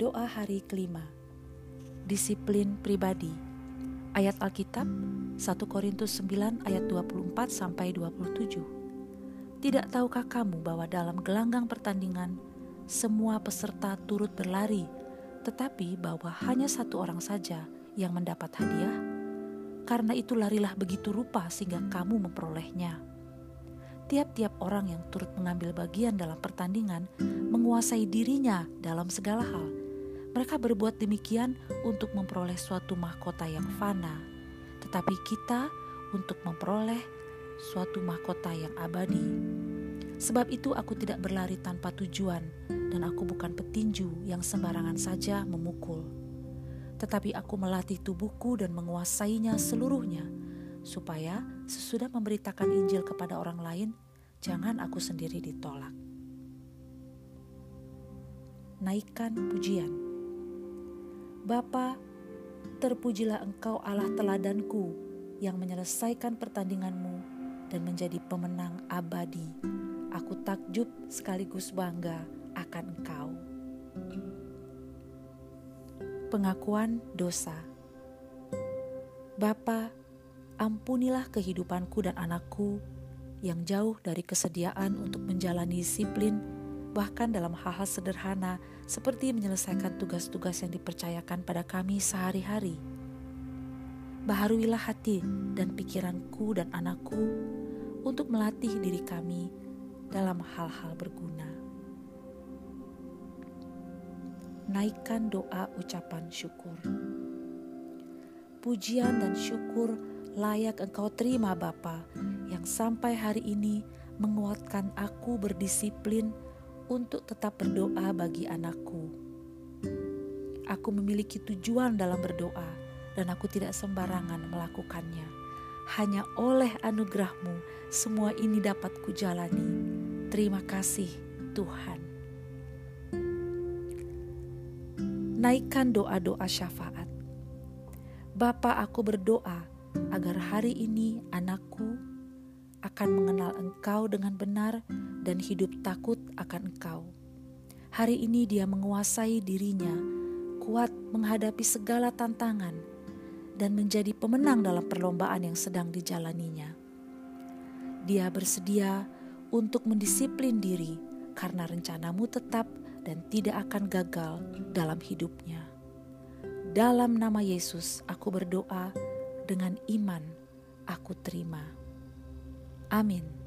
Doa hari kelima. Disiplin pribadi. Ayat Alkitab 1 Korintus 9 ayat 24-27. Tidak tahukah kamu bahwa dalam gelanggang pertandingan semua peserta turut berlari, tetapi bahwa hanya satu orang saja yang mendapat hadiah? Karena itu larilah begitu rupa sehingga kamu memperolehnya. Tiap-tiap orang yang turut mengambil bagian dalam pertandingan menguasai dirinya dalam segala hal. Mereka berbuat demikian untuk memperoleh suatu mahkota yang fana, tetapi kita untuk memperoleh suatu mahkota yang abadi. Sebab itu aku tidak berlari tanpa tujuan, dan aku bukan petinju yang sembarangan saja memukul. Tetapi aku melatih tubuhku dan menguasainya seluruhnya, supaya sesudah memberitakan Injil kepada orang lain, jangan aku sendiri ditolak. Naikkan pujian. Bapa, terpujilah Engkau Allah teladanku yang menyelesaikan pertandinganmu dan menjadi pemenang abadi. Aku takjub sekaligus bangga akan Engkau. Pengakuan dosa. Bapa, ampunilah kehidupanku dan anakku yang jauh dari kesediaan untuk menjalani disiplin, bahkan dalam hal-hal sederhana seperti menyelesaikan tugas-tugas yang dipercayakan pada kami sehari-hari. Baharuilah hati dan pikiranku dan anakku untuk melatih diri kami dalam hal-hal berguna. Naikkan doa ucapan syukur. Pujian dan syukur layak Engkau terima Bapa, yang sampai hari ini menguatkan aku berdisiplin untuk tetap berdoa bagi anakku. Aku memiliki tujuan dalam berdoa dan aku tidak sembarangan melakukannya. Hanya oleh anugerah-Mu semua ini dapat kujalani. Terima kasih Tuhan. Naikkan doa-doa syafaat. Bapa, aku berdoa agar hari ini anakku akan mengenal Engkau dengan benar dan hidup takut akan Engkau. Hari ini dia menguasai dirinya, kuat menghadapi segala tantangan, dan menjadi pemenang dalam perlombaan yang sedang dijalaninya. Dia bersedia untuk mendisiplin diri karena rencana-Mu tetap dan tidak akan gagal dalam hidupnya. Dalam nama Yesus aku berdoa, dengan iman aku terima. Amin.